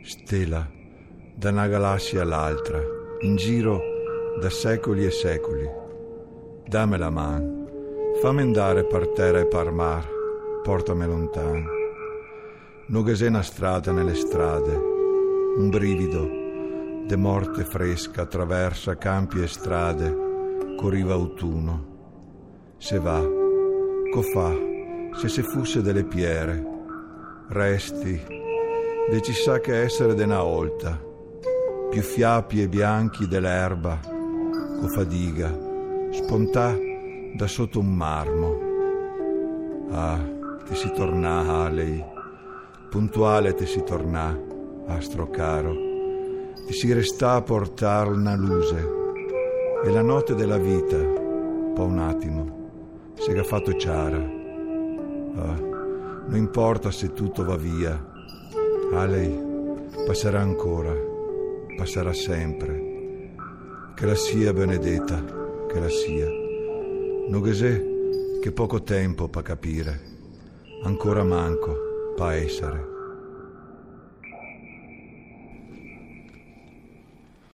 stella da una galassia all'altra, in giro da secoli e secoli. Dammi la man, fammi andare per terra e per mar, portami lontano. Non che sia una strada nelle strade, un brivido de morte fresca attraversa campi e strade, corriva autunno. Se va, co fa, se fosse delle pierre, resti, de ci sa che essere de una volta, più fiapi e bianchi dell'erba, co fadiga, spontà da sotto un marmo. Ah, ti si tornà, Alei, puntuale ti si tornà, astro caro, ti si restà a portar una luce, e la notte della vita, po' un attimo, si è fatto chiara. Ah, non importa se tutto va via, Alei passerà ancora, passerà sempre. Che la sia benedetta, che la sia. Non che se che poco tempo pa capire, ancora manco pa essere.